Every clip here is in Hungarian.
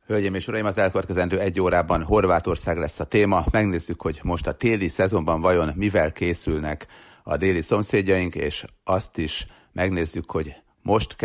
Hölgyeim és uraim, az elkövetkezendő egy órában Horvátország lesz a téma. Megnézzük, hogy most a téli szezonban vajon mivel készülnek a déli szomszédjaink, és azt is megnézzük, hogy most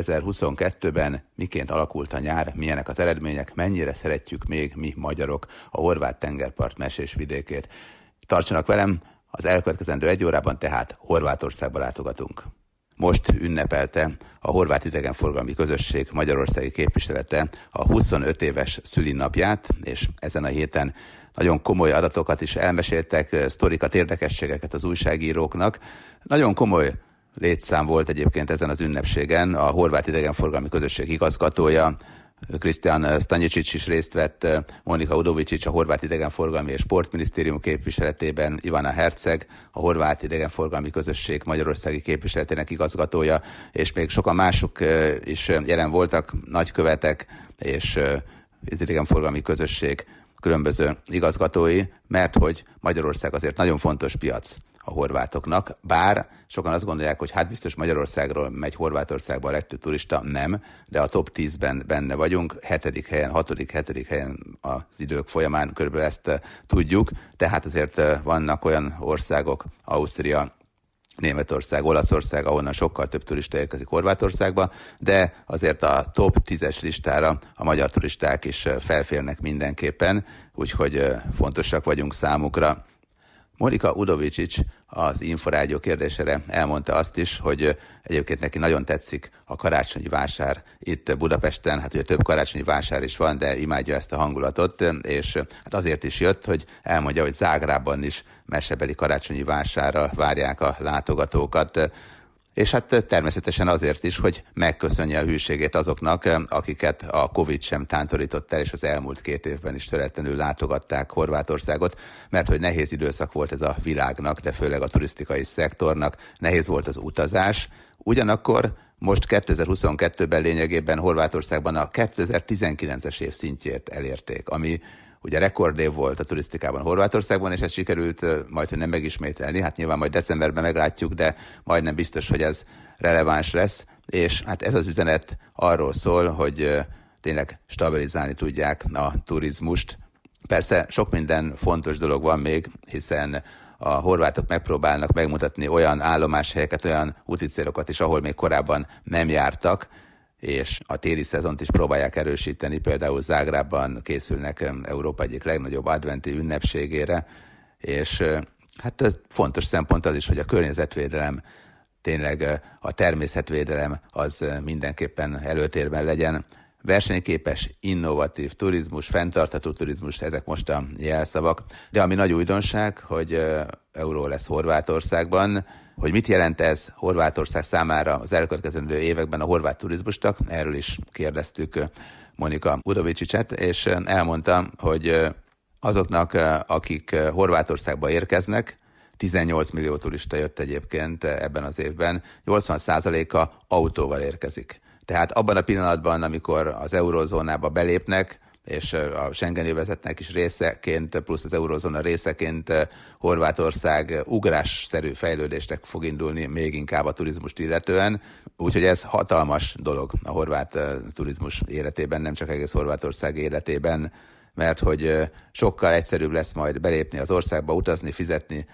2022-ben miként alakult a nyár, milyenek az eredmények, mennyire szeretjük még mi magyarok a horvát tengerpart mesés vidékét. Tartsanak velem, az elkövetkezendő egy órában tehát Horvátországba látogatunk. Most ünnepelte a Horvát Idegenforgalmi Közösség magyarországi képviselete a 25 éves szülinapját, és ezen a héten nagyon komoly adatokat is elmeséltek, sztorikat, érdekességeket az újságíróknak. Nagyon komoly létszám volt egyébként ezen az ünnepségen. A Horvát Idegenforgalmi Közösség igazgatója, Krisztián Stanjicic is részt vett, Monika Udovicic a Horvát Idegenforgalmi és Sportminisztérium képviseletében, Ivana Herceg, a Horvát Idegenforgalmi Közösség magyarországi képviseletének igazgatója, és még sokan mások is jelen voltak, nagykövetek és az Idegenforgalmi Közösség különböző igazgatói, mert hogy Magyarország azért nagyon fontos piac a horvátoknak, bár sokan azt gondolják, hogy hát biztos Magyarországról megy Horvátországba a legtöbb turista, nem, de a top 10-ben benne vagyunk, 7. helyen, 6.-7. helyen az idők folyamán körülbelül ezt tudjuk, tehát azért vannak olyan országok, Ausztria, Németország, Olaszország, ahonnan sokkal több turista érkezik Horvátországba, de azért a top 10-es listára a magyar turisták is felférnek mindenképpen, úgyhogy fontosak vagyunk számukra. Monika Udovicic az Inforádió kérdésére elmondta azt is, hogy egyébként neki nagyon tetszik a karácsonyi vásár itt Budapesten, hát ugye több karácsonyi vásár is van, de imádja ezt a hangulatot, és hát azért is jött, hogy elmondja, hogy Zágrábban is mesebeli karácsonyi vásárra várják a látogatókat. És hát természetesen azért is, hogy megköszönje a hűségét azoknak, akiket a Covid sem tántorított el, és az elmúlt 2 évben is töretlenül látogatták Horvátországot, mert hogy nehéz időszak volt ez a világnak, de főleg a turisztikai szektornak, nehéz volt az utazás. Ugyanakkor most 2022-ben lényegében Horvátországban a 2019-es év szintjét elérték, ami ugye rekordév volt a turisztikában Horvátországban, és ez sikerült majdhogy nem megismételni, hát nyilván majd decemberben meglátjuk, de majdnem biztos, hogy ez releváns lesz, és hát ez az üzenet arról szól, hogy tényleg stabilizálni tudják a turizmust. Persze sok minden fontos dolog van még, hiszen a horvátok megpróbálnak megmutatni olyan állomáshelyeket, olyan úti célokat is, ahol még korábban nem jártak, és a téli szezont is próbálják erősíteni, például Zágrábban készülnek Európa egyik legnagyobb adventi ünnepségére, és hát fontos szempont az is, hogy a környezetvédelem, tényleg a természetvédelem az mindenképpen előtérben legyen. Versenyképes, innovatív turizmus, fenntartható turizmus, ezek most a jelszavak. De ami nagy újdonság, hogy euró lesz Horvátországban. Hogy mit jelent ez Horvátország számára az elkövetkezendő években a horvát turizmusnak, erről is kérdeztük Monika Udovicicet, és elmondta, hogy azoknak, akik Horvátországba érkeznek, 18 millió turista jött egyébként ebben az évben, 80%-a autóval érkezik. Tehát abban a pillanatban, amikor az eurózónába belépnek, és a Schengeni övezetnek is részeként, plusz az eurózóna részeként Horvátország ugrásszerű fejlődésnek fog indulni, még inkább a turizmust illetően. Úgyhogy ez hatalmas dolog a horvát turizmus életében, nem csak egész Horvátország életében, mert hogy sokkal egyszerűbb lesz majd belépni az országba, utazni, fizetni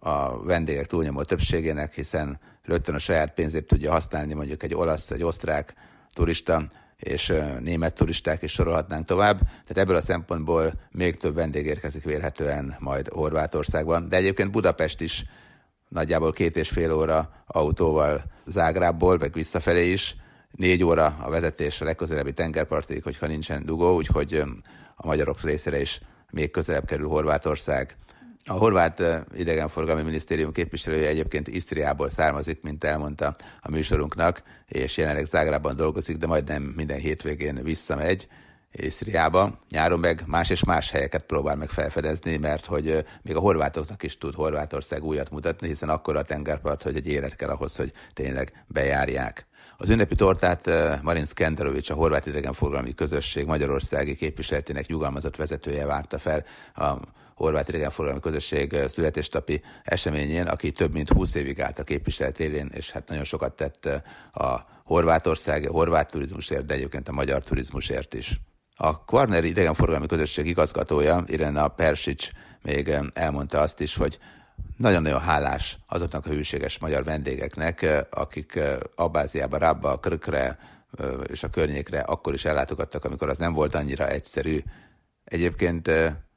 a vendégek túlnyomó többségének, hiszen rögtön a saját pénzét tudja használni mondjuk egy olasz, egy osztrák turista, és német turisták is sorolhatnánk tovább. Tehát ebből a szempontból még több vendég érkezik vélhetően majd Horvátországban. De egyébként Budapest is nagyjából 2,5 óra autóval Zágrábból, meg visszafelé is. 4 óra a vezetés a legközelebbi tengerpartig, hogyha nincsen dugó, úgyhogy a magyarok részére is még közelebb kerül Horvátország. A Horvát Idegenforgalmi Minisztérium képviselője egyébként Isztriából származik, mint elmondta a műsorunknak, és jelenleg Zágrában dolgozik, de majdnem minden hétvégén visszamegy Isztriába. Nyáron meg más és más helyeket próbál meg felfedezni, mert hogy még a horvátoknak is tud Horvátország újat mutatni, hiszen akkora a tengerpart, hogy egy élet kell ahhoz, hogy tényleg bejárják. Az ünnepi tortát Marin Skenderovics, a Horvát Idegenforgalmi Közösség magyarországi képviseletének nyugalmazott vezetője vágta fel a Horvát Idegenforgalmi Közösség születésnapi eseményén, aki több mint 20 évig állt a képviselet élén, és hát nagyon sokat tett a horvát turizmusért, de egyébként a magyar turizmusért is. A Kvarner idegenforgalmi közösség igazgatója, Irena Persics még elmondta azt is, hogy nagyon-nagyon hálás azoknak a hűséges magyar vendégeknek, akik Abbáziába, Rabba, Krkre és a környékre akkor is ellátogattak, amikor az nem volt annyira egyszerű. Egyébként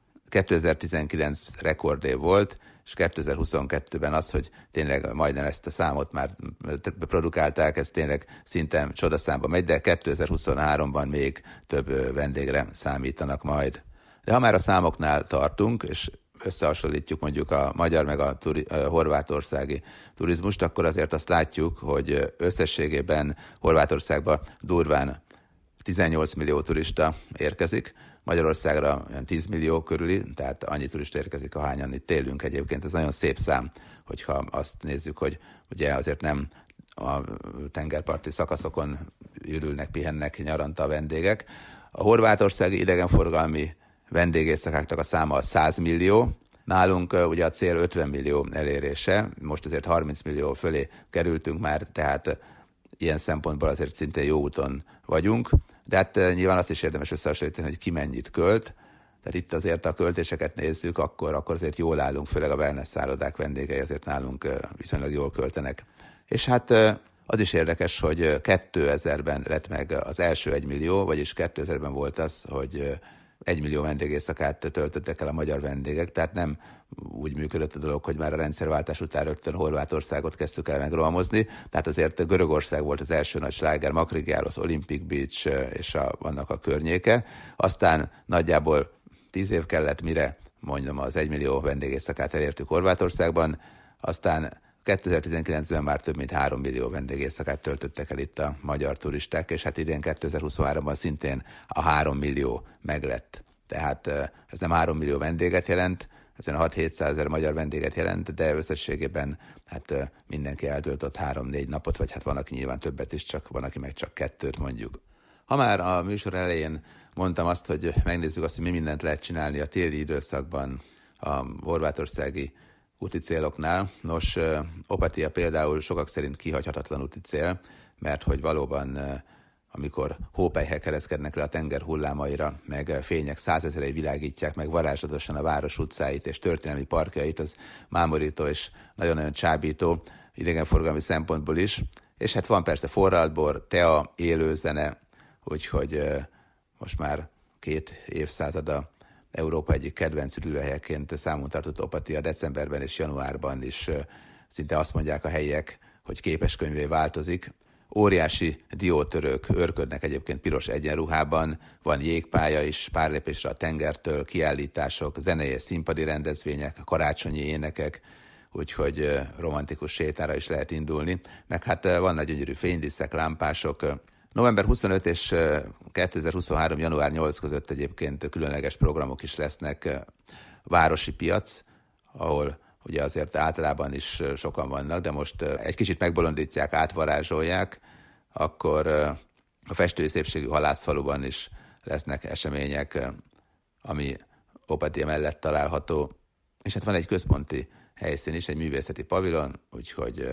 2019 rekordév volt, és 2022-ben az, hogy tényleg majdnem ezt a számot már produkálták, ez tényleg szinte csodaszámba megy, de 2023-ban még több vendégre számítanak majd. De ha már a számoknál tartunk, és összehasonlítjuk mondjuk a magyar meg a horvátországi turizmust, akkor azért azt látjuk, hogy összességében Horvátországba durván 18 millió turista érkezik, Magyarországra 10 millió körüli, tehát annyi turista érkezik, ahányan itt élünk egyébként. Ez nagyon szép szám, hogyha azt nézzük, hogy ugye azért nem a tengerparti szakaszokon ürülnek, pihennek nyaranta a vendégek. A horvátországi idegenforgalmi vendégészakáknak a száma 100 millió, nálunk ugye a cél 50 millió elérése, most azért 30 millió fölé kerültünk már, tehát ilyen szempontból azért szintén jó úton vagyunk, de hát nyilván azt is érdemes összehasonlítani, hogy ki mennyit költ, tehát itt azért a költéseket nézzük, akkor azért jól állunk, főleg a wellness szállodák vendégei azért nálunk viszonylag jól költenek. És hát az is érdekes, hogy 2000-ben lett meg az első 1 millió, vagyis 2000-ben volt az, hogy 1 millió vendégészakát töltöttek el a magyar vendégek, tehát nem úgy működött a dolog, hogy már a rendszerváltás után rögtön Horvátországot kezdtük el megrohamozni, tehát azért Görögország volt az első nagy sláger, Makrigiáros, Olympic Beach és vannak a környéke, aztán nagyjából 10 év kellett, mire mondjam az 1 millió vendégészakát elértük Horvátországban, aztán 2019-ben már több mint 3 millió vendégészakát töltöttek el itt a magyar turisták, és hát idén 2023-ban szintén a 3 millió meglett. Tehát ez nem 3 millió vendéget jelent, ez 6-700 ezer magyar vendéget jelent, de összességében hát mindenki eltöltött 3-4 napot, vagy hát van, aki nyilván többet is, csak van, aki meg csak 2 mondjuk. Ha már a műsor elején mondtam azt, hogy megnézzük azt, hogy mi mindent lehet csinálni a téli időszakban a horvátországi úti céloknál. Nos, Opatija például sokak szerint kihagyhatatlan úti cél, mert hogy valóban amikor hópelyhek ereszkednek le a tenger hullámaira, meg fények százezerei világítják meg varázslatosan a város utcáit és történelmi parkjait, az mámorító és nagyon-nagyon csábító idegenforgalmi szempontból is. És hát van persze forraltbor, tea, élőzene, úgyhogy most már 2 évszázada Európa egyik kedvenc üdülőhelyeként számon tartott Opatija decemberben és januárban is szinte azt mondják a helyiek, hogy képeskönyvé változik. Óriási diótörők őrködnek egyébként piros egyenruhában, van jégpálya is, pár lépésre a tengertől, kiállítások, zenei és színpadi rendezvények, karácsonyi énekek, úgyhogy romantikus sétára is lehet indulni. Meg hát vannak gyönyörű fénydíszek, lámpások. November 25 és 2023. január 8 között egyébként különleges programok is lesznek. Városi piac, ahol ugye azért általában is sokan vannak, de most egy kicsit megbolondítják, átvarázsolják, akkor a festői szépségű halászfaluban is lesznek események, ami Opatija mellett található. És hát van egy központi helyszín is, egy művészeti pavilon, úgyhogy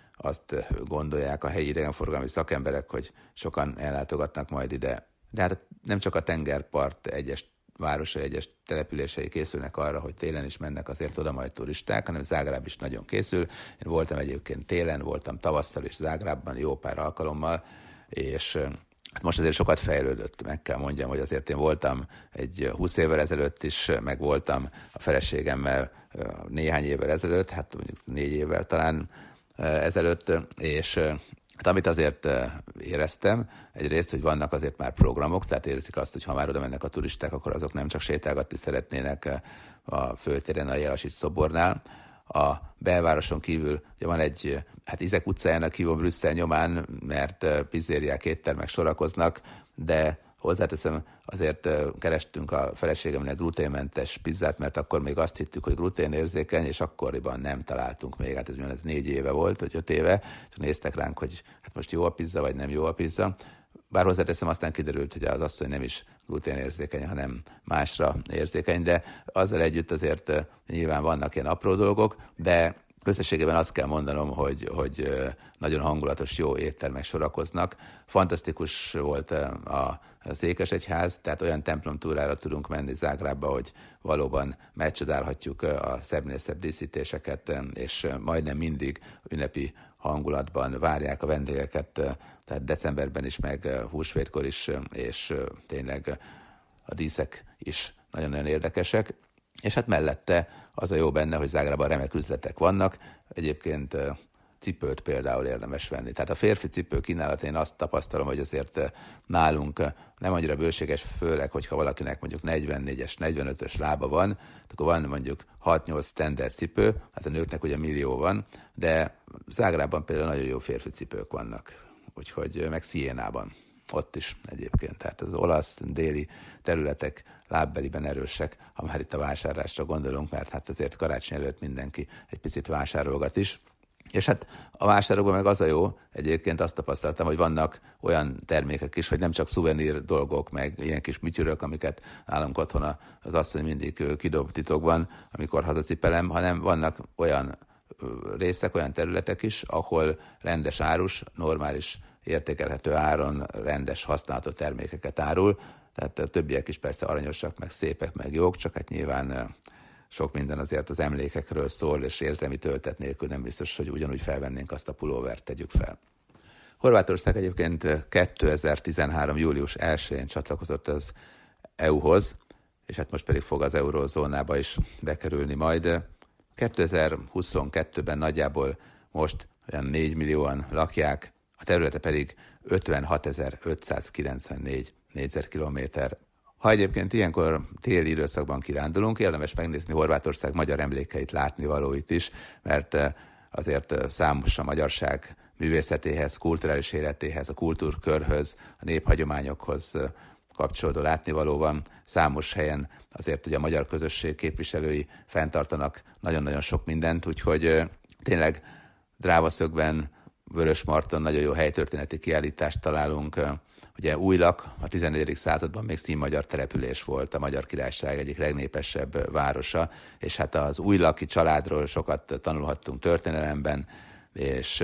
azt gondolják a helyi idegenforgalmi szakemberek, hogy sokan ellátogatnak majd ide. De hát nem csak a tengerpart egyes városai, egyes települései készülnek arra, hogy télen is mennek azért oda majd turisták, hanem Zágráb is nagyon készül. Én voltam egyébként télen, voltam tavasszal is Zágrábban jó pár alkalommal, és hát most azért sokat fejlődött, meg kell mondjam, hogy azért én voltam egy 20 évvel ezelőtt is, meg voltam a feleségemmel néhány évvel ezelőtt, hát mondjuk 4 évvel talán ezelőtt, és hát amit azért éreztem, egyrészt, hogy vannak azért már programok, tehát érzik azt, hogy ha már oda mennek a turisták, akkor azok nem csak sétálgatni szeretnének a főtéren, a Jellasics szobornál. A belvároson kívül ugye van egy, hát Izek utcájának hívom Brüsszel nyomán, mert pizzériák, éttermek sorakoznak, de hozzáteszem, azért kerestünk a feleségemnek gluténmentes pizzát, mert akkor még azt hittük, hogy gluténérzékeny, és akkoriban nem találtunk még, hát ez 4 éve volt, vagy 5 éve, és néztek ránk, hogy hát most jó a pizza, vagy nem jó a pizza. Bár hozzáteszem, aztán kiderült, hogy az asszony nem is gluténérzékeny, hanem másra érzékeny, de azzal együtt azért nyilván vannak ilyen apró dolgok, de Összességében azt kell mondanom, hogy nagyon hangulatos, jó éttermek sorakoznak. Fantasztikus volt a székesegyház, tehát olyan templomtúrára tudunk menni Zágrábba, hogy valóban megcsodálhatjuk a szebbnél szebb díszítéseket, és majdnem mindig ünnepi hangulatban várják a vendégeket, tehát decemberben is, meg húsvétkor is, és tényleg a díszek is nagyon-nagyon érdekesek. És hát mellette az a jó benne, hogy Zágrában remek üzletek vannak. Egyébként cipőt például érdemes venni. Tehát a férfi cipő kínálat, én azt tapasztalom, hogy azért nálunk nem annyira bőséges, főleg, hogyha valakinek mondjuk 44-es, 45-ös lába van, akkor van mondjuk 6-8 standard cipő, hát a nőknek ugye millió van, de Zágrában például nagyon jó férfi cipők vannak, úgyhogy meg Sienában. Ott is egyébként. Tehát az olasz, déli területek lábbeliben erősek, ha már itt a vásárlásra gondolunk, mert hát azért karácsony előtt mindenki egy picit vásárolgat is. És hát a vásárokban meg az a jó, egyébként azt tapasztaltam, hogy vannak olyan termékek is, hogy nem csak szuvenír dolgok, meg ilyen kis műtyürök, amiket nálunk otthon az asszony mindig kidob titokban, amikor hazacipelem, hanem vannak olyan részek, olyan területek is, ahol rendes árus, normális értékelhető áron rendes használható termékeket árul, tehát a többiek is persze aranyosak, meg szépek, meg jók, csak hát nyilván sok minden azért az emlékekről szól, és érzelmi töltet nélkül nem biztos, hogy ugyanúgy felvennénk azt a pulóvert, tegyük fel. Horvátország egyébként 2013. július 1-én csatlakozott az EU-hoz, és hát most pedig fog az eurózónába is bekerülni majd. 2022-ben nagyjából most olyan 4 millióan lakják, a területe pedig 56.594 négyzetkilométer. Ha egyébként ilyenkor téli időszakban kirándulunk, érdemes megnézni Horvátország magyar emlékeit, látnivalóit is, mert azért számos a magyarság művészetéhez, kulturális életéhez, a kultúrkörhöz, a néphagyományokhoz kapcsolódó látnivaló van. Számos helyen azért ugye a magyar közösség képviselői fenntartanak nagyon-nagyon sok mindent, úgyhogy tényleg Drávaszögben, Vörösmarton nagyon jó helytörténeti kiállítást találunk. Ugye Újlak a 14. században még színmagyar település volt, a Magyar Királyság egyik legnépesebb városa, és hát az újlaki családról sokat tanulhattunk történelemben, és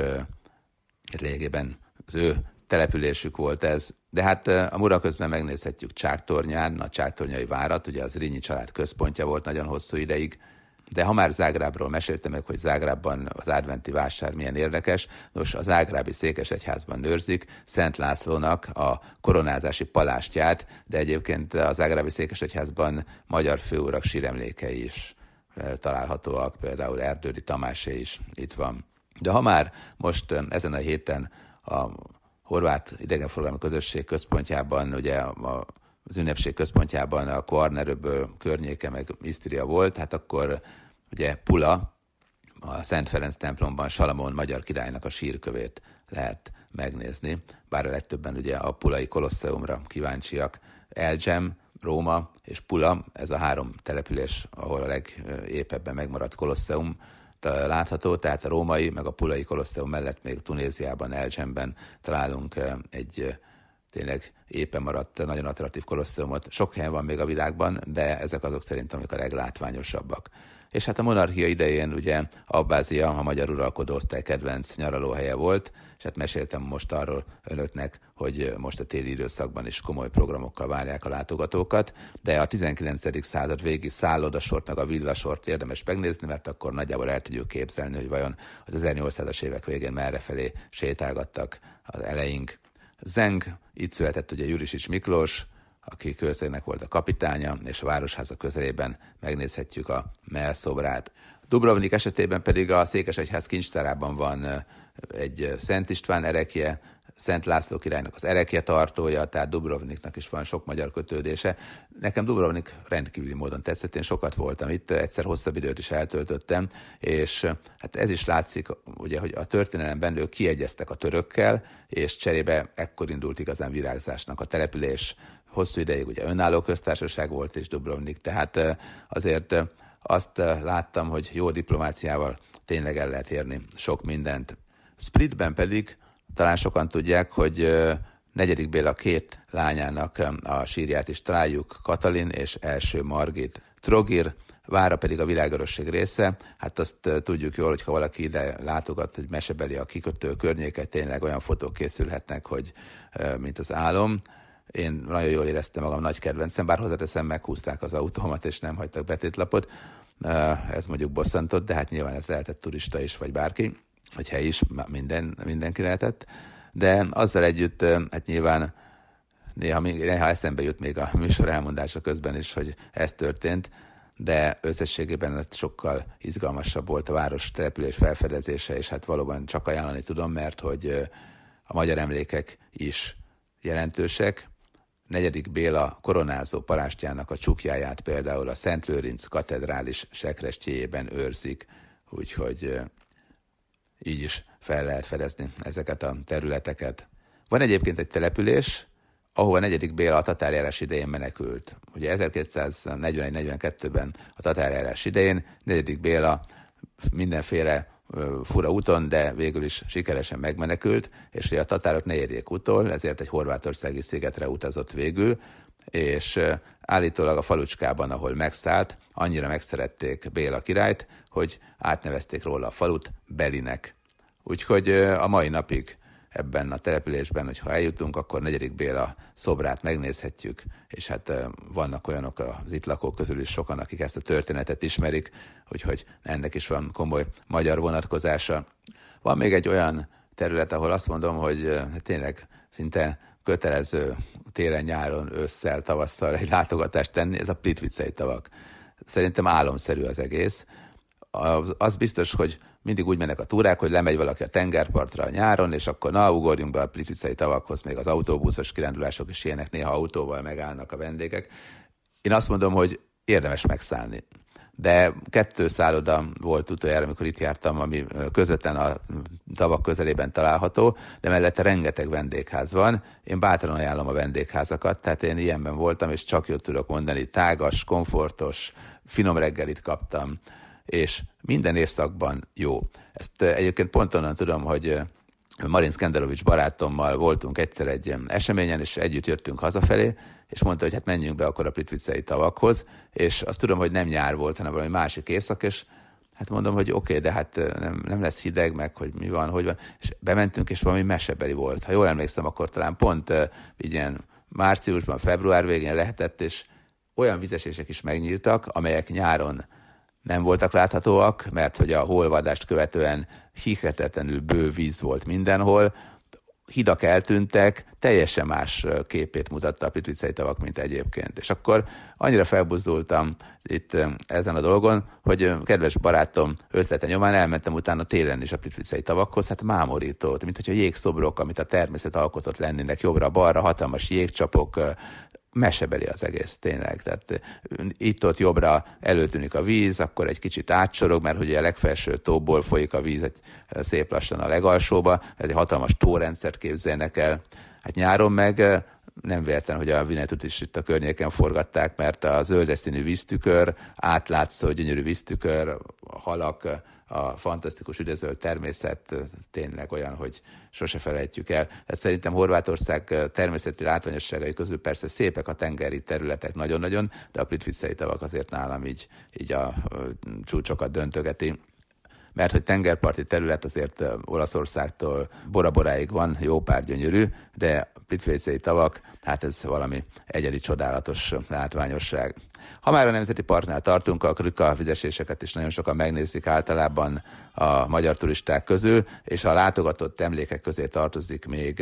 lényegében az ő településük volt ez. De hát a Mura közben megnézhetjük Csáktornyán, a Csáktornyai várat, ugye az Rényi család központja volt nagyon hosszú ideig, de ha már Zágrábról meséltem meg, hogy Zágrábban az adventi vásár milyen érdekes, nos, a zágrábi székesegyházban őrzik Szent Lászlónak a koronázási palástját, de egyébként a zágrábi székesegyházban magyar főurak síremlékei is találhatóak, például Erdődy Tamásé is itt van. De ha már most ezen a héten a horvát idegenforgalmi közösség központjában, ugye az ünnepség központjában a Kvarneröböl környéke meg Isztria volt, hát akkor ugye Pula, a Szent Ferenc templomban Salamón magyar királynak a sírkövét lehet megnézni, bár a legtöbben ugye a pulai kolosseumra kíváncsiak. Elgem, Róma és Pula, ez a 3 település, ahol a legépebben megmaradt kolosseum látható, tehát a római meg a pulai kolosseum mellett még Tunéziában, Elgemben találunk egy tényleg éppen maradt, nagyon attraktív kolosseumot. Sok helyen van még a világban, de ezek azok szerintem amik a leglátványosabbak. És hát a monarchia idején ugye Abbázia, a magyar uralkodó osztály kedvenc nyaralóhelye volt, és hát meséltem most arról önöknek, hogy most a téli időszakban is komoly programokkal várják a látogatókat, de a 19. század végi szállodasort meg a villasort érdemes megnézni, mert akkor nagyjából el tudjuk képzelni, hogy vajon az 1800-as évek végén merrefelé sétálgattak az eleink. Zeng, itt született ugye Jurisics Miklós, aki kőszegnek volt a kapitánya, és a Városháza közelében megnézhetjük a mellszobrát. Dubrovnik esetében pedig a Székesegyház kincstárában van egy Szent István erekje, Szent László királynak az erekje tartója, tehát Dubrovniknak is van sok magyar kötődése. Nekem Dubrovnik rendkívüli módon tetszett, én sokat voltam itt, egyszer hosszabb időt is eltöltöttem, és hát ez is látszik, ugye, hogy a történelemben ők kiegyeztek a törökkel, és cserébe ekkor indult igazán virágzásnak a település. Hosszú ideig ugye önálló köztársaság volt és Dubrovnik, tehát azért azt láttam, hogy jó diplomáciával tényleg el lehet érni sok mindent. Splitben pedig talán sokan tudják, hogy negyedik Béla 2 lányának a sírját is találjuk, Katalin és első Margit Trogir vára pedig a világörökség része. Hát azt tudjuk jól, hogy ha valaki ide látogat, hogy mesebeli a kikötő környéket, tényleg olyan fotók készülhetnek, hogy mint az álom. Én nagyon jól éreztem magam, nagy kedvencem, bár hozzáteszem, meghúzták az autómat, és nem hagytak betétlapot. Ez mondjuk bosszantott, de hát nyilván ez lehetett turista is, vagy bárki, vagy hely is, mindenki lehetett. De azzal együtt, hát nyilván néha eszembe jut még a műsor elmondása közben is, hogy ez történt, de összességében sokkal izgalmasabb volt a város település felfedezése, és hát valóban csak ajánlani tudom, mert hogy a magyar emlékek is jelentősek. 4. Béla koronázó parástjának a csukjáját például a Szent Lőrinc katedrális sekrestyéjében őrzik, úgyhogy így is fel lehet fedezni ezeket a területeket. Van egyébként egy település, ahova 4. Béla a tatárjárás idején menekült. Ugye 1241-42-ben a tatárjárás idején 4. Béla mindenféle fura úton, de végül is sikeresen megmenekült, és hogy a tatárok ne érjék utol, ezért egy horvátországi szigetre utazott végül, és állítólag a falucskában, ahol megszállt, annyira megszerették Béla királyt, hogy átnevezték róla a falut Belinek. Úgyhogy a mai napig ebben a településben, hogyha eljutunk, akkor 4. Béla szobrát megnézhetjük, és hát vannak olyanok az itt lakók közül is sokan, akik ezt a történetet ismerik, úgyhogy ennek is van komoly magyar vonatkozása. Van még egy olyan terület, ahol azt mondom, hogy tényleg szinte kötelező télen, nyáron, ősszel, tavasszal egy látogatást tenni, ez a Plitvicei tavak. Szerintem álomszerű az egész. Az biztos, hogy mindig úgy mennek a túrák, hogy lemegy valaki a tengerpartra a nyáron, és akkor ugorjunk be a Plitvicei tavakhoz, még az autóbuszos kirándulások is ilyenek, néha autóval megállnak a vendégek. Én azt mondom, hogy érdemes megszállni. De 2 szálloda volt utoljára, amikor itt jártam, ami közvetlen a tavak közelében található, de mellette rengeteg vendégház van. Én bátran ajánlom a vendégházakat, tehát én ilyenben voltam, és csak jót tudok mondani, tágas, komfortos, finom reggelit kaptam, és minden évszakban jó. Ezt egyébként pont onnan tudom, hogy Marin Skenderovics barátommal voltunk egyszer egy eseményen, és együtt jöttünk hazafelé, és mondta, hogy hát menjünk be akkor a Plitvicei tavakhoz, és azt tudom, hogy nem nyár volt, hanem valami másik évszak, és hát mondom, hogy oké, de hát nem lesz hideg, meg hogy mi van, hogy van, és bementünk, és valami mesebeli volt. Ha jól emlékszem, akkor talán pont így ilyen márciusban, február végén lehetett, és olyan vizesések is megnyíltak, amelyek nyáron nem voltak láthatóak, mert hogy a holvadást követően hihetetlenül bő víz volt mindenhol, hidak eltűntek, teljesen más képét mutatta a Plitvicei tavak, mint egyébként. És akkor annyira felbuzdultam itt ezen a dolgon, hogy kedves barátom ötlete nyomán elmentem utána télen is a Plitvicei tavakhoz, hát mámorító, mint hogyha jégszobrok, amit a természet alkotott lennének jobbra-balra, hatalmas jégcsapok, mesebeli az egész tényleg. Tehát itt-ott jobbra előtűnik a víz, akkor egy kicsit átsorog, mert ugye a legfelső tóból folyik a víz egy szép lassan a legalsóba, ez egy hatalmas tórendszert képzelnek el. Hát nyáron meg nem véletlen, hogy a Vinetut is itt a környéken forgatták, mert a zöldes színű víztükör, átlátszó gyönyörű víztükör, a halak, a fantasztikus üdezöld természet tényleg olyan, hogy sose felejtjük el. Tehát szerintem Horvátország természeti látványosságai közül persze szépek a tengeri területek nagyon-nagyon, de a Plitvicei tavak azért nálam így a csúcsokat döntögeti. Mert hogy tengerparti terület azért Olaszországtól Bora-Boráig van, jó pár gyönyörű, de Plitvicei tavak, hát ez valami egyedi csodálatos látványosság. Ha már a Nemzeti Parknál tartunk, a Krüka vizeséseket is nagyon sokan megnézik általában a magyar turisták közül, és a látogatott emlékek közé tartozik még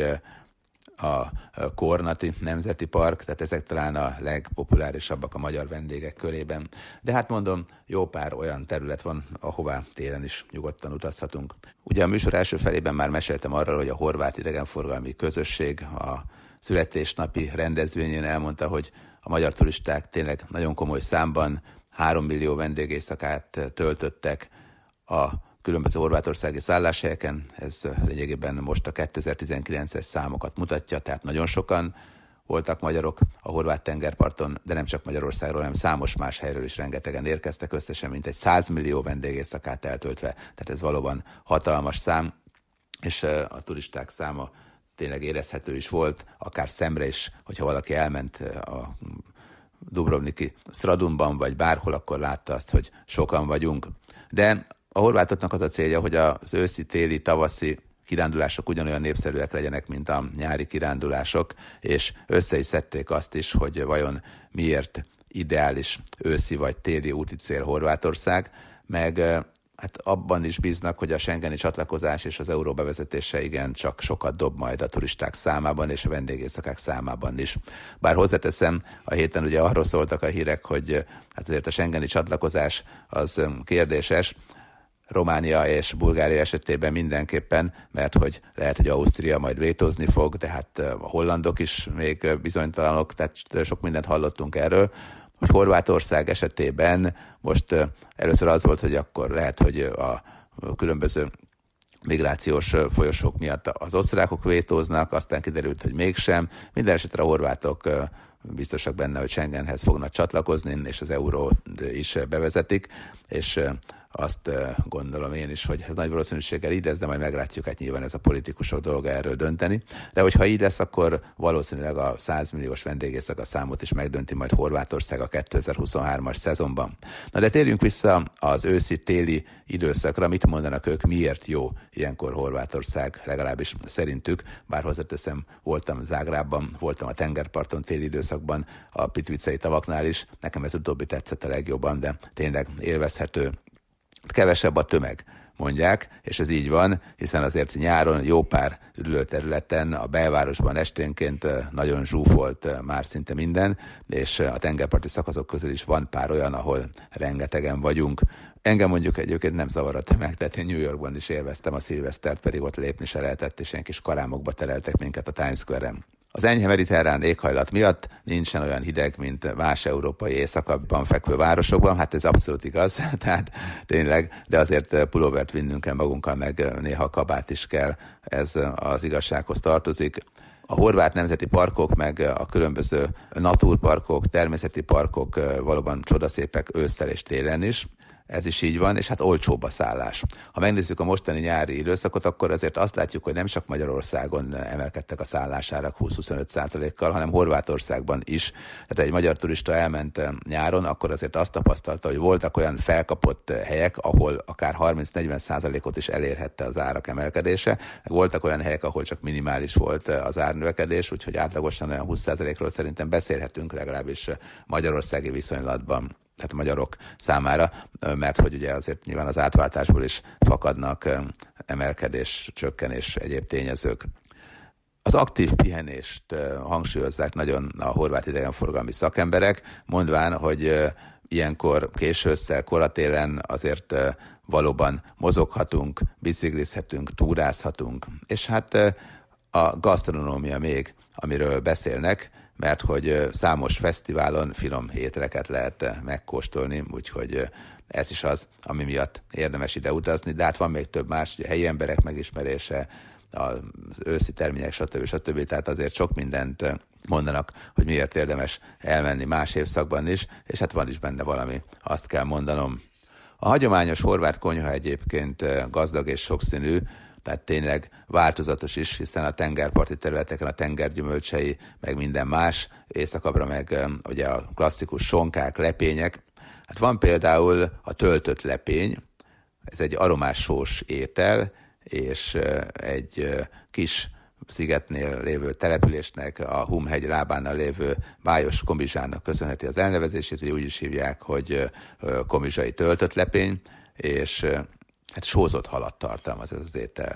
a Kornati Nemzeti Park, tehát ezek talán a legpopulárisabbak a magyar vendégek körében. De hát mondom, jó pár olyan terület van, ahová télen is nyugodtan utazhatunk. Ugye a műsor első felében már meséltem arról, hogy a horvát idegenforgalmi közösség a születésnapi rendezvényén elmondta, hogy a magyar turisták tényleg nagyon komoly számban 3 millió vendégészakát töltöttek a különböző horvátországi szálláshelyeken. Ez lényegében most a 2019-es számokat mutatja, tehát nagyon sokan voltak magyarok a horvát tengerparton, de nem csak Magyarországról, hanem számos más helyről is rengetegen érkeztek, összesen mintegy 100 millió vendégészakát eltöltve, tehát ez valóban hatalmas szám, és a turisták száma tényleg érezhető is volt, akár szemre is, hogyha valaki elment a Dubrovniki Stradumban, vagy bárhol, akkor látta azt, hogy sokan vagyunk. De a horvátoknak az a célja, hogy az őszi, téli, tavaszi kirándulások ugyanolyan népszerűek legyenek, mint a nyári kirándulások, és össze is szedték azt is, hogy vajon miért ideális őszi vagy téli úti cél Horvátország, meg hát abban is bíznak, hogy a schengeni csatlakozás és az euró bevezetése igen csak sokat dob majd a turisták számában és a vendégészakák számában is. Bár hozzáteszem, a héten ugye arról szóltak a hírek, hogy hát azért a schengeni csatlakozás az kérdéses, Románia és Bulgária esetében mindenképpen, mert hogy lehet, hogy Ausztria majd vétózni fog, de hát a hollandok is még bizonytalanok, tehát sok mindent hallottunk erről, hogy Horvátország esetében most először az volt, hogy akkor lehet, hogy a különböző migrációs folyosók miatt az osztrákok vétóznak, aztán kiderült, hogy mégsem. Minden esetre a horvátok biztosak benne, hogy Schengenhez fognak csatlakozni, és az eurót is bevezetik, és azt gondolom én is, hogy ez nagy valószínűséggel így lesz, de majd meglátjuk, hát nyilván ez a politikusok dolga erről dönteni. De hogyha így lesz, akkor valószínűleg a 100 milliós vendégészaka számot is megdönti majd Horvátország a 2023-as szezonban. Na de térjünk vissza az őszi-téli időszakra, mit mondanak ők, miért jó ilyenkor Horvátország, legalábbis szerintük, bár hozzáteszem, voltam Zágrábban, voltam a tengerparton téli időszakban, a Plitvicei tavaknál is, nekem ez utóbbi tetszett a legjobban, de tényleg élvezhető. Kevesebb a tömeg, mondják, és ez így van, hiszen azért nyáron jó pár üdülőterületen, a belvárosban esténként nagyon zsúfolt már szinte minden, és a tengerparti szakaszok közül is van pár olyan, ahol rengetegen vagyunk. Engem mondjuk egyébként nem zavar a tömeg, tehát én New Yorkban is élveztem a szilvesztert, pedig ott lépni se lehetett, és ilyen kis karámokba tereltek minket a Times Square-en. Az enyhe mediterrán éghajlat miatt nincsen olyan hideg, mint más európai északabban fekvő városokban, hát ez abszolút igaz, tehát tényleg, de azért pulóvert vinnünk kell magunkkal, meg néha kabát is kell, ez az igazsághoz tartozik. A horvát nemzeti parkok, meg a különböző naturparkok, természeti parkok valóban csodaszépek ősszel és télen is. Ez is így van, és hát olcsóbb a szállás. Ha megnézzük a mostani nyári időszakot, akkor azért azt látjuk, hogy nem csak Magyarországon emelkedtek a szállásárak 20-25%-kal, hanem Horvátországban is. Tehát egy magyar turista elment nyáron, akkor azért azt tapasztalta, hogy voltak olyan felkapott helyek, ahol akár 30-40%-ot is elérhette az árak emelkedése, meg voltak olyan helyek, ahol csak minimális volt az árnövekedés, úgyhogy átlagosan olyan 20%-ról szerintem beszélhetünk, legalábbis magyarországi viszonylatban, tehát a magyarok számára, mert hogy ugye azért nyilván az átváltásból is fakadnak emelkedés, csökkenés, egyéb tényezők. Az aktív pihenést hangsúlyozzák nagyon a horvát idegenforgalmi szakemberek, mondván, hogy ilyenkor késő ősszel, koratélen azért valóban mozoghatunk, biciklizhetünk, túrázhatunk, és hát a gasztronómia még, amiről beszélnek, mert hogy számos fesztiválon finom ételeket lehet megkóstolni, úgyhogy ez is az, ami miatt érdemes ide utazni, de hát van még több más, ugye helyi emberek megismerése, az őszi termények, stb. Tehát azért sok mindent mondanak, hogy miért érdemes elmenni más évszakban is, és hát van is benne valami, azt kell mondanom. A hagyományos horvát konyha egyébként gazdag és sokszínű, tehát tényleg változatos is, hiszen a tengerparti területeken a tengergyümölcsei, meg minden más, északabbra meg ugye a klasszikus sonkák, lepények. Hát van például a töltött lepény, ez egy aromás sós étel, és egy kis szigetnél lévő településnek, a Humhegy lábánál lévő Bájos Komizsának köszönheti az elnevezését, hogy úgy is hívják, hogy komizsai töltött lepény, és hát sózott halat tartalmaz ez az étel.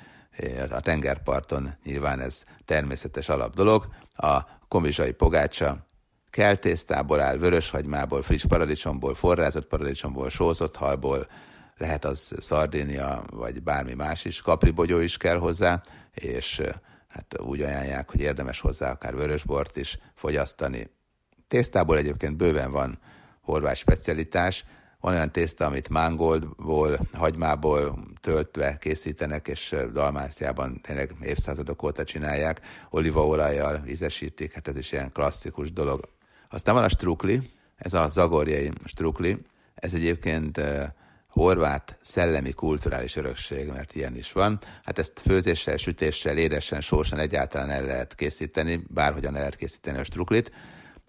A tengerparton nyilván ez természetes alapdolog. A komizsai pogácsa keltésztából áll, vöröshagymából, friss paradicsomból, forrázott paradicsomból, sózott halból, lehet az Szardénia, vagy bármi más is, kapribogyó is kell hozzá, és hát úgy ajánlják, hogy érdemes hozzá akár vörösbort is fogyasztani. Tésztából egyébként bőven van horvát specialitás. Van olyan tészta, amit mángoldból, hagymából töltve készítenek, és Dalmáciában tényleg évszázadok óta csinálják, olívaolajjal ízesítik, hát ez is ilyen klasszikus dolog. Aztán van a strukli, ez a zagorjai strukli, ez egyébként horvát szellemi kulturális örökség, mert ilyen is van. Hát ezt főzéssel, sütéssel, édesen, sósan egyáltalán el lehet készíteni, bárhogyan el lehet készíteni a struklit.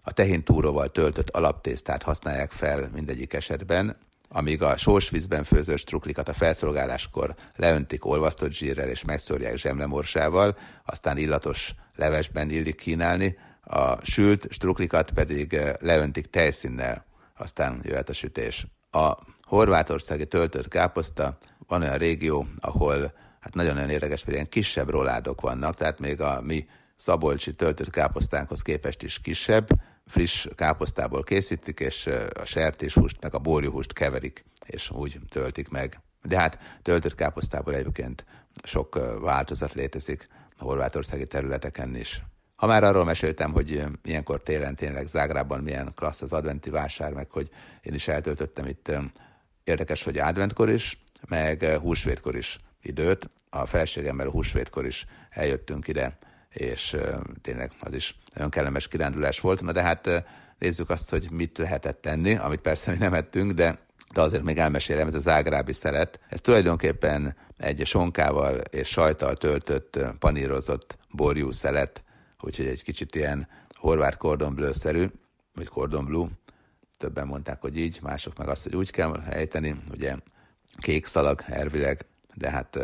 a tehintúróval töltött alaptésztát használják fel mindegyik esetben, amíg a sós vízben főzött struklikat a felszolgáláskor leöntik olvasztott zsírrel és megszórják zsemlemorsával, aztán illatos levesben illik kínálni, a sült struklikat pedig leöntik tejszínnel, aztán jöhet a sütés. A horvátországi töltött káposzta, van olyan régió, ahol hát nagyon-nagyon érdekes, hogy ilyen kisebb roládok vannak, tehát még a mi szabolcsi töltött káposztánkhoz képest is kisebb, friss káposztából készítik, és a sertéshúst meg a borjuhúst keverik, és úgy töltik meg. De hát töltött káposztából egyébként sok változat létezik a horvátországi területeken is. Ha már arról meséltem, hogy ilyenkor télen tényleg Zágrában milyen klassz az adventi vásár, meg hogy én is eltöltöttem itt érdekes, hogy adventkor is, meg húsvétkor is időt. A feleségemmel húsvétkor is eljöttünk ide, és tényleg az is nagyon kellemes kirándulás volt. Na de hát nézzük azt, hogy mit lehetett tenni, amit persze mi nem ettünk, de azért még elmesélem, ez a zágrábi szelet. Ez tulajdonképpen egy sonkával és sajttal töltött, panírozott borjú szelet, úgyhogy egy kicsit ilyen horvát cordon bleu-szerű, vagy cordon bleu, többen mondták, hogy így, mások meg azt, hogy úgy kell ejteni, ugye kék szalag elvileg, de hát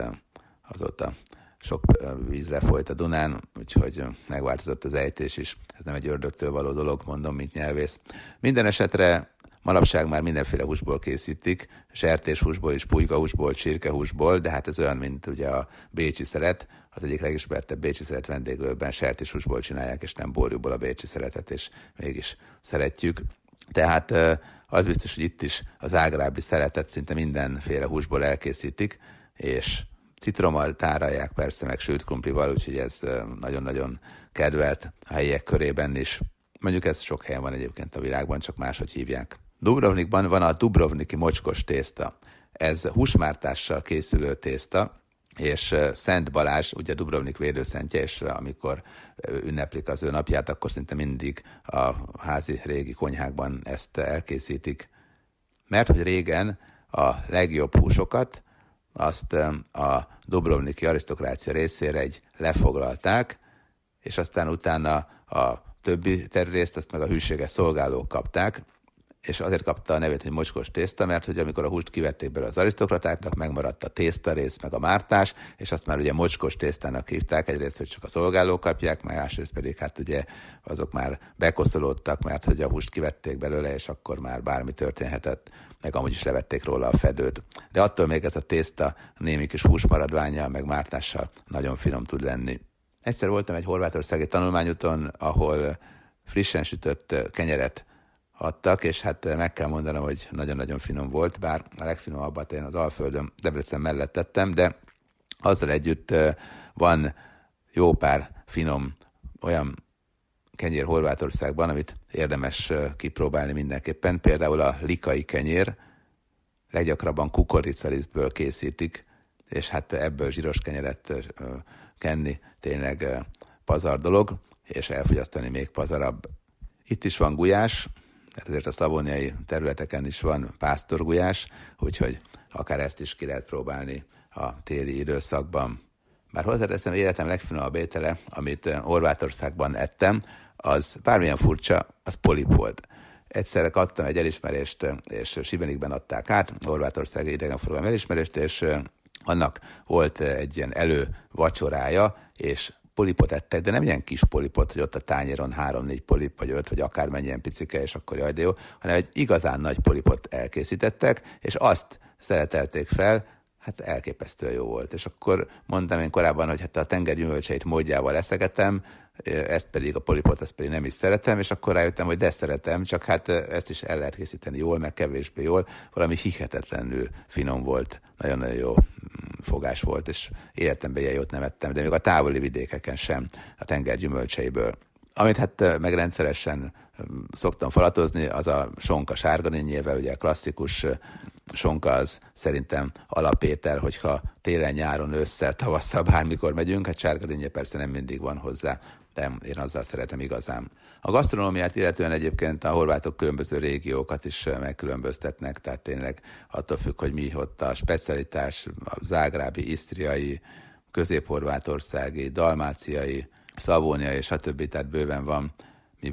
azóta sok víz lefolyt a Dunán, úgyhogy megváltozott az ejtés is. Ez nem egy ördögtől való dolog, mondom, mint nyelvész. Minden esetre manapság már mindenféle húsból készítik, sertéshúsból is, pulykahúsból, csirkehúsból, de hát ez olyan, mint ugye a bécsi szelet, az egyik legismertebb bécsi szelet vendéglőben sertéshúsból csinálják, és nem borjúból a bécsi szeletet, és mégis szeretjük. Tehát az biztos, hogy itt is az zágrábi szeletet szinte mindenféle húsból elkészítik, és citrommal tárolják persze, meg sült krumplival, úgyhogy ez nagyon-nagyon kedvelt a helyiek körében is. Mondjuk ez sok helyen van egyébként a világban, csak máshogy hívják. Dubrovnikban van a dubrovniki mocskos tészta. Ez húsmártással készülő tészta, és Szent Balázs, ugye Dubrovnik védőszentje, és amikor ünneplik az ő napját, akkor szinte mindig a házi régi konyhákban ezt elkészítik. Mert hogy régen a legjobb húsokat azt a dubrovniki arisztokrácia részére lefoglalták, és aztán utána a többi terülést azt meg a hűséges szolgálók kapták, és azért kapta a nevét, hogy mocskos tészta, mert hogy amikor a húst kivették belőle az arisztokratáknak, megmaradt a tésztarész, meg a mártás, és azt már ugye mocskos tésztának hívták, egyrészt, hogy csak a szolgálók kapják, másrészt pedig hát ugye azok már bekoszolódtak, mert hogy a húst kivették belőle, és akkor már bármi történhetett, meg amúgy is levették róla a fedőt. De attól még ez a tészta némi kis húsmaradvánnyal, meg mártással nagyon finom tud lenni. Egyszer voltam egy horvátországi tanulmányúton, ahol frissen sütött kenyeret adtak, és hát meg kell mondanom, hogy nagyon-nagyon finom volt, bár a legfinomabbat én az Alföldön, Debrecen mellett tettem, de azzal együtt van jó pár finom olyan kenyér Horvátországban, amit érdemes kipróbálni mindenképpen. Például a likai kenyér, leggyakrabban kukoricalisztből készítik, és hát ebből zsíros kenyeret kenni tényleg pazar dolog, és elfogyasztani még pazarabb. Itt is van gulyás, tehát azért a szlavóniai területeken is van pásztorgulyás, úgyhogy akár ezt is ki lehet próbálni a téli időszakban. Bár hozzáteszem, életem legfinomabb étele, amit Horvátországban ettem, az bármilyen furcsa, az polip volt. Egyszerre kaptam egy elismerést, és Šibenikben adták át, Horvátországi idegenforgalmi elismerést, és annak volt egy ilyen elővacsorája, és polipot ettek, de nem ilyen kis polipot, hogy ott a tányéron 3-4 polip, vagy 5, vagy akármennyien picike, és akkor jaj, de jó, hanem egy igazán nagy polipot elkészítettek, és azt szeretelték fel, hát elképesztően jó volt. És akkor mondtam én korábban, hogy hát a tenger gyümölcseit módjával eszegetem, ezt pedig, a polipot, ezt pedig nem is szeretem, és akkor rájöttem, hogy de szeretem, csak hát ezt is el lehet készíteni jól, meg kevésbé jól, valami hihetetlenül finom volt, nagyon-nagyon jó fogás volt, és életemben ilyen jót nem ettem, de még a távoli vidékeken sem a tenger gyümölcseiből. Amit hát meg rendszeresen szoktam falatozni, az a sonka sárganinnyével, ugye a klasszikus sonka az szerintem alapétel, hogyha télen, nyáron, ősszel, tavasszal, bármikor megyünk, hát sárganinnyé persze nem mindig van hozzá, de én azzal szeretem igazán. A gasztronómiát illetően egyébként a horvátok különböző régiókat is megkülönböztetnek, tehát tényleg attól függ, hogy mi ott a specialitás, a zágrábi, isztriai, közép-horvátországi, dalmáciai, szlavóniai és a többi, tehát bőven van miből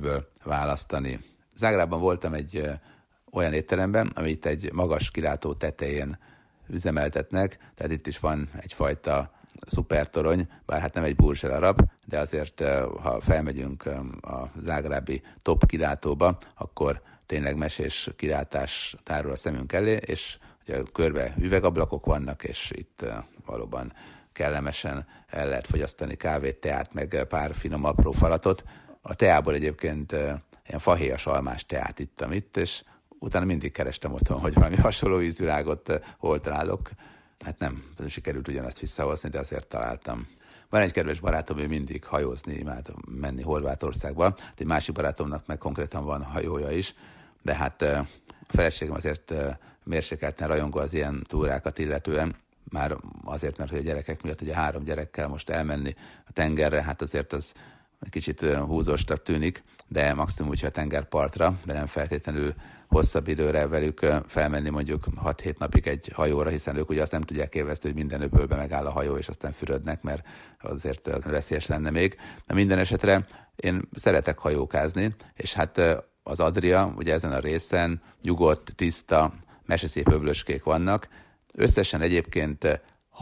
választani. Zágrábban voltam egy olyan étteremben, amit egy magas kilátó tetején üzemeltetnek, tehát itt is van egyfajta szupertorony, bár hát nem egy Burj Al Arab, de azért, ha felmegyünk a zágrábi top kilátóba, akkor tényleg mesés kilátás tárul a szemünk elé, és ugye körbe üvegablakok vannak, és itt valóban kellemesen el lehet fogyasztani kávét, teát, meg pár finom apró falatot. A teából egyébként ilyen fahéjas almás teát ittam itt, és utána mindig kerestem otthon, hogy valami hasonló ízvilágot hol találok. Hát nem sikerült ugyanazt visszahozni, de azért találtam. Van egy kedves barátom, ő mindig hajózni imád menni Horvátországba. Egy másik barátomnak meg konkrétan van hajója is, de hát a feleségem azért mérsékelten rajongó az ilyen túrákat illetően. Már azért, mert hogy a gyerekek miatt ugye 3 gyerekkel most elmenni a tengerre, hát azért az egy kicsit húzósnak tűnik, de maximum úgy a tengerpartra, de nem feltétlenül hosszabb időre velük felmenni mondjuk 6-7 napig egy hajóra, hiszen ők ugye azt nem tudják élvezni, hogy minden öbölbe megáll a hajó, és aztán fürödnek, mert azért az veszélyes lenne még. De minden esetre én szeretek hajókázni, és hát az Adria, ugye ezen a részen nyugodt, tiszta, meseszép öblöskék vannak. Összesen egyébként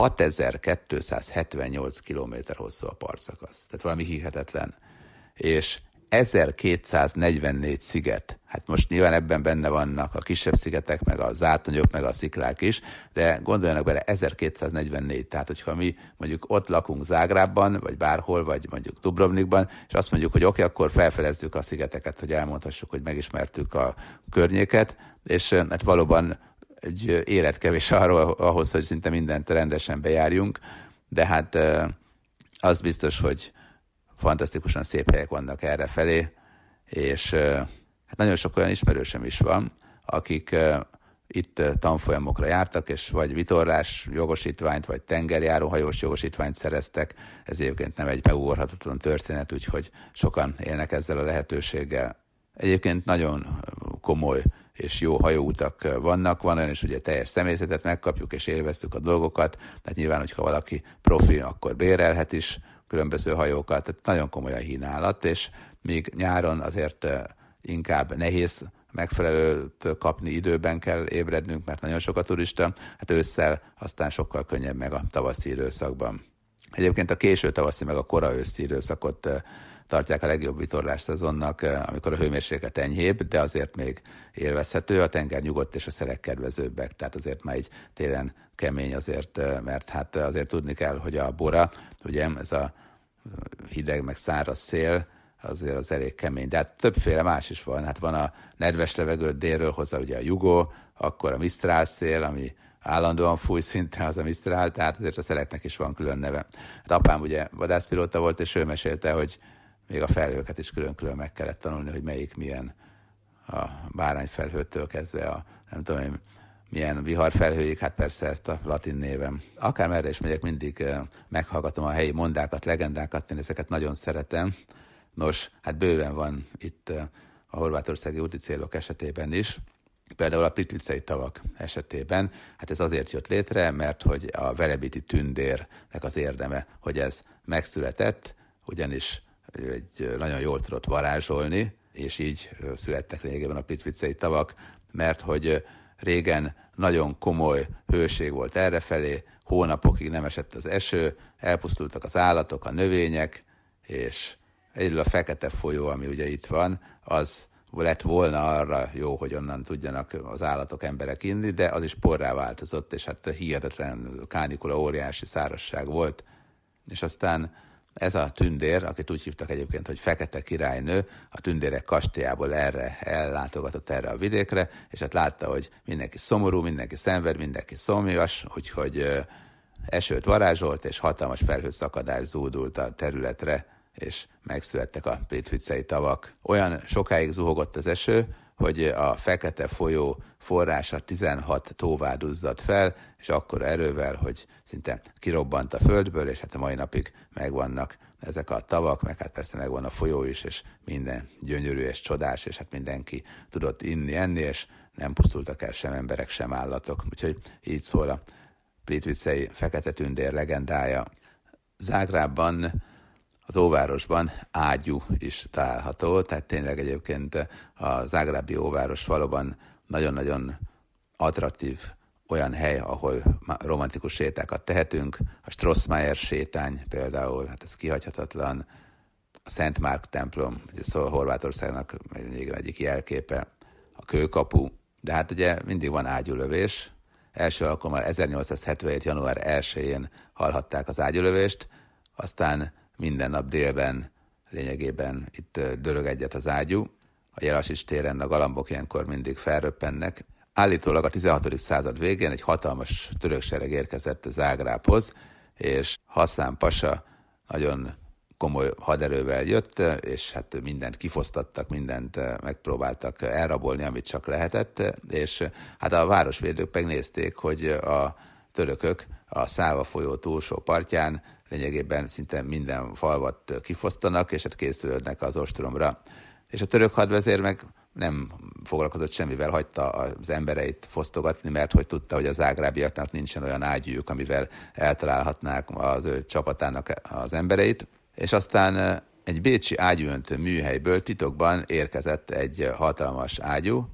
6278 kilométer hosszú a partszakasz. Tehát valami hihetetlen. És 1244 sziget. Hát most nyilván ebben benne vannak a kisebb szigetek, meg a zárt nagyok, meg a sziklák is, de gondoljanak bele, 1244. Tehát, hogyha mi mondjuk ott lakunk Zágrábban, vagy bárhol, vagy mondjuk Dubrovnikban, és azt mondjuk, hogy oké, akkor felfelezzük a szigeteket, hogy elmondhassuk, hogy megismertük a környéket, és hát valóban egy életkevés arról, ahhoz, hogy szinte mindent rendesen bejárjunk, de hát az biztos, hogy fantasztikusan szép helyek vannak errefelé, és hát nagyon sok olyan ismerősöm is van, akik itt tanfolyamokra jártak, és vagy vitorlás jogosítványt, vagy tengerjáróhajós jogosítványt szereztek. Ez egyébként nem egy megugorhatatlan történet, úgyhogy sokan élnek ezzel a lehetőséggel. Egyébként nagyon komoly és jó hajóutak vannak, van olyan is, ugye teljes személyzetet megkapjuk, és élvezzük a dolgokat, tehát nyilván, hogyha valaki profi, akkor bérelhet is különböző hajókat, tehát nagyon komoly a kínálat, és míg nyáron azért inkább nehéz megfelelőt kapni, időben kell ébrednünk, mert nagyon sok a turista, hát ősszel aztán sokkal könnyebb meg a tavaszi időszakban. Egyébként a késő tavaszi meg a kora őszi időszakot tartják a legjobb vitorlás szezonnak, amikor a hőmérséklet enyhébb, de azért még élvezhető, a tenger nyugodt és a szelek kedvezőbbek, tehát azért már így télen kemény azért, mert hát azért tudni kell, hogy a Bora, ugye ez a hideg meg száraz szél, azért az elég kemény, de hát többféle más is van, hát van a nedves levegőt délről hozza ugye a Jugo, akkor a Mistral szél, ami állandóan fúj szinte az a Mistral, tehát azért a szeleknek is van külön neve. Hát apám ugye vadászpilóta volt, és ő mesélte, hogy még a felhőket is külön-külön meg kellett tanulni, hogy melyik milyen, a bárányfelhőtől kezdve a nem tudom én, milyen viharfelhőig, hát persze ezt a latin névem. Akármerre is megyek, mindig meghallgatom a helyi mondákat, legendákat, én ezeket nagyon szeretem. Nos, hát bőven van itt a horvátországi úti célok esetében is, például a Plitvicei tavak esetében, hát ez azért jött létre, mert hogy a Velebiti tündérnek az érdeme, hogy ez megszületett, ugyanis egy nagyon jól tudott varázsolni, és így születtek lényegében a Plitvicei tavak, mert hogy régen nagyon komoly hőség volt errefelé, hónapokig nem esett az eső, elpusztultak az állatok, a növények, és egyedül a Fekete folyó, ami ugye itt van, az lett volna arra jó, hogy onnan tudjanak az állatok, emberek inni, de az is porrá változott, és hát hihetetlen kánikula, óriási szárazság volt, és aztán ez a tündér, akit úgy hívtak egyébként, hogy Fekete királynő, a tündérek kastélyából erre ellátogatott erre a vidékre, és hát látta, hogy mindenki szomorú, mindenki szenved, mindenki szomjas, úgyhogy esőt varázsolt, és hatalmas felhőszakadás zúdult a területre, és megszülettek a Plitvicei tavak. Olyan sokáig zuhogott az eső, hogy a Fekete folyó forrása 16 tóvá duzzadt fel, és akkora erővel, hogy szinte kirobbant a földből, és hát a mai napig megvannak ezek a tavak, meg hát persze megvan a folyó is, és minden gyönyörű és csodás, és hát mindenki tudott inni, enni, és nem pusztultak el sem emberek, sem állatok. Úgyhogy így szól a Plitvicei fekete tündér legendája. Zágrábban az óvárosban ágyú is található, tehát tényleg egyébként a zágrábi óváros valóban nagyon-nagyon attraktív olyan hely, ahol romantikus sétákat tehetünk. A Strossmayer sétány például, hát ez kihagyhatatlan. A Szent Márk templom, szóval Horvátországnak egyik jelképe, a Kőkapu, de hát ugye mindig van ágyúlövés. Első alkalommal 1877. január 1-én hallhatták az ágyúlövést, aztán minden nap délben lényegében itt dörög egyet az ágyú. A Jelasis téren a galambok ilyenkor mindig felröppennek. Állítólag a 16. század végén egy hatalmas török sereg érkezett Zágrábhoz, és Hasszán pasa nagyon komoly haderővel jött, és hát mindent kifosztattak, mindent megpróbáltak elrabolni, amit csak lehetett, és hát a városvédők megnézték, hogy a törökök a Száva folyó túlsó partján lényegében szinte minden falvat kifosztanak, és hát készülődnek az ostromra. És a török hadvezér meg nem foglalkozott semmivel, hagyta az embereit fosztogatni, mert hogy tudta, hogy az zágrábiaknak nincsen olyan ágyújuk, amivel eltalálhatnák az ő csapatának az embereit. És aztán egy bécsi ágyúöntő műhelyből titokban érkezett egy hatalmas ágyú,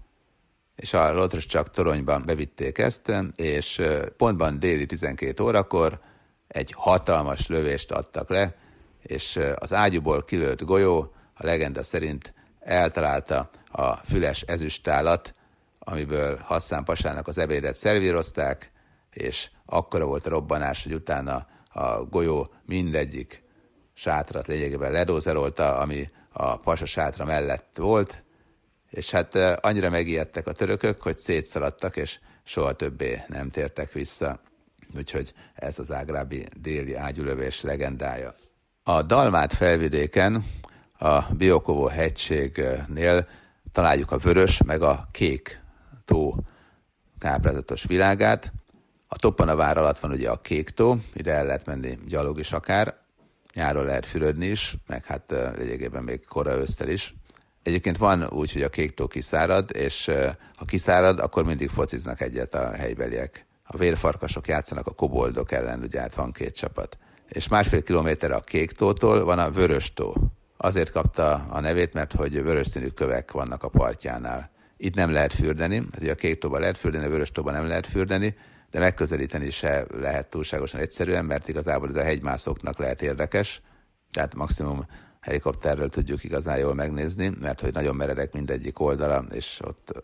és a Lotrocsak toronyban bevitték ezt, és pontban déli 12 órakor egy hatalmas lövést adtak le, és az ágyúból kilőtt golyó a legenda szerint eltalálta a füles ezüstálat, amiből Hasszán pasának az ebédet szervírozták, és akkora volt a robbanás, hogy utána a golyó mindegyik sátrat lényegében ledózerolta, ami a pasa sátra mellett volt, és hát annyira megijedtek a törökök, hogy szétszaladtak, és soha többé nem tértek vissza. Úgyhogy ez az zágrábi déli ágyúlövés legendája. A Dalmát felvidéken, a Biokovo hegységnél találjuk a vörös meg a kék tó káprázatos világát. A Toppanavár alatt van ugye a kék tó, ide el lehet menni gyalog is akár, nyáron lehet fürödni is, meg hát lényegében még korra ősszel is. Egyébként van úgy, hogy a kék tó kiszárad, és ha kiszárad, akkor mindig fociznak egyet a helybeliek. A vérfarkasok játszanak a koboldok ellen, ugye hát van 2 csapat. És 1,5 kilométerre a kék tótól van a vörös tó. Azért kapta a nevét, mert hogy vörös színű kövek vannak a partjánál. Itt nem lehet fürdeni, ugye a kék tóban lehet fürdeni, a vörös tóban nem lehet fürdeni, de megközelíteni se lehet túlságosan egyszerűen, mert igazából ez a hegymászóknak lehet érdekes, tehát maximum helikopterrel tudjuk igazán jól megnézni, mert hogy nagyon meredek mindegyik oldala, és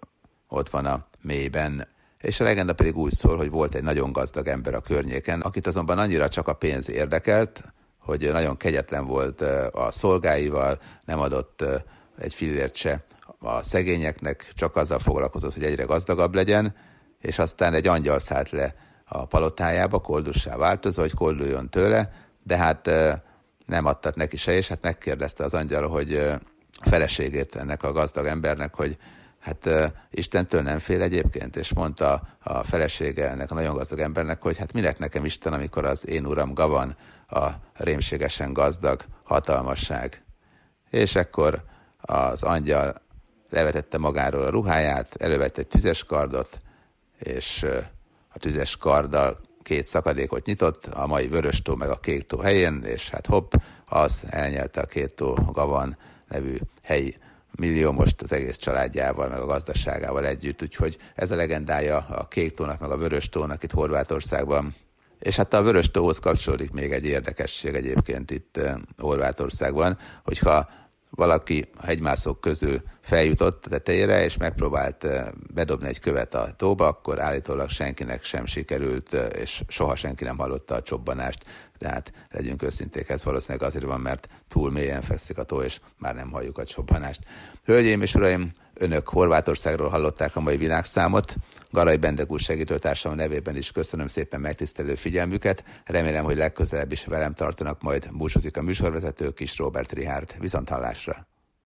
ott van a mélyben. És a legenda pedig úgy szól, hogy volt egy nagyon gazdag ember a környéken, akit azonban annyira csak a pénz érdekelt, hogy nagyon kegyetlen volt a szolgáival, nem adott egy fillért se a szegényeknek, csak azzal foglalkozott, hogy egyre gazdagabb legyen, és aztán egy angyal szállt le a palotájába, koldussá változva, hogy kolduljon tőle, de hát nem adtat neki se, és hát megkérdezte az angyal, hogy a feleségét ennek a gazdag embernek, hogy hát Istentől nem fél egyébként, és mondta a felesége ennek a nagyon gazdag embernek, hogy hát minek nekem Isten, amikor az én uram Gavan a rémségesen gazdag hatalmasság. És ekkor az angyal levetette magáról a ruháját, elővette egy tüzes kardot, és a tüzes karddal 2 szakadékot nyitott, a mai vörös tó meg a kék tó helyén, és hát hopp, az elnyelte a 2 tó Gavan nevű helyi milliómost az egész családjával, meg a gazdaságával együtt, úgyhogy ez a legendája a kék tónak, meg a vörös tónak itt Horvátországban. És hát a vörös tóhoz kapcsolódik még egy érdekesség egyébként itt Horvátországban, hogyha valaki a hegymászók közül feljutott a tetejére, és megpróbált bedobni egy követ a tóba, akkor állítólag senkinek sem sikerült, és soha senki nem hallotta a csobbanást. De hát legyünk őszinték, ez valószínűleg azért van, mert túl mélyen fekszik a tó, és már nem halljuk a csobbanást. Hölgyeim és uraim, önök Horvátországról hallották a mai világszámot. Garai Bendegúz segítőtársam nevében is köszönöm szépen megtisztelő figyelmüket. Remélem, hogy legközelebb is velem tartanak, majd búcsúzik a műsorvezető Kis Róbert Richárd. Viszonthallásra!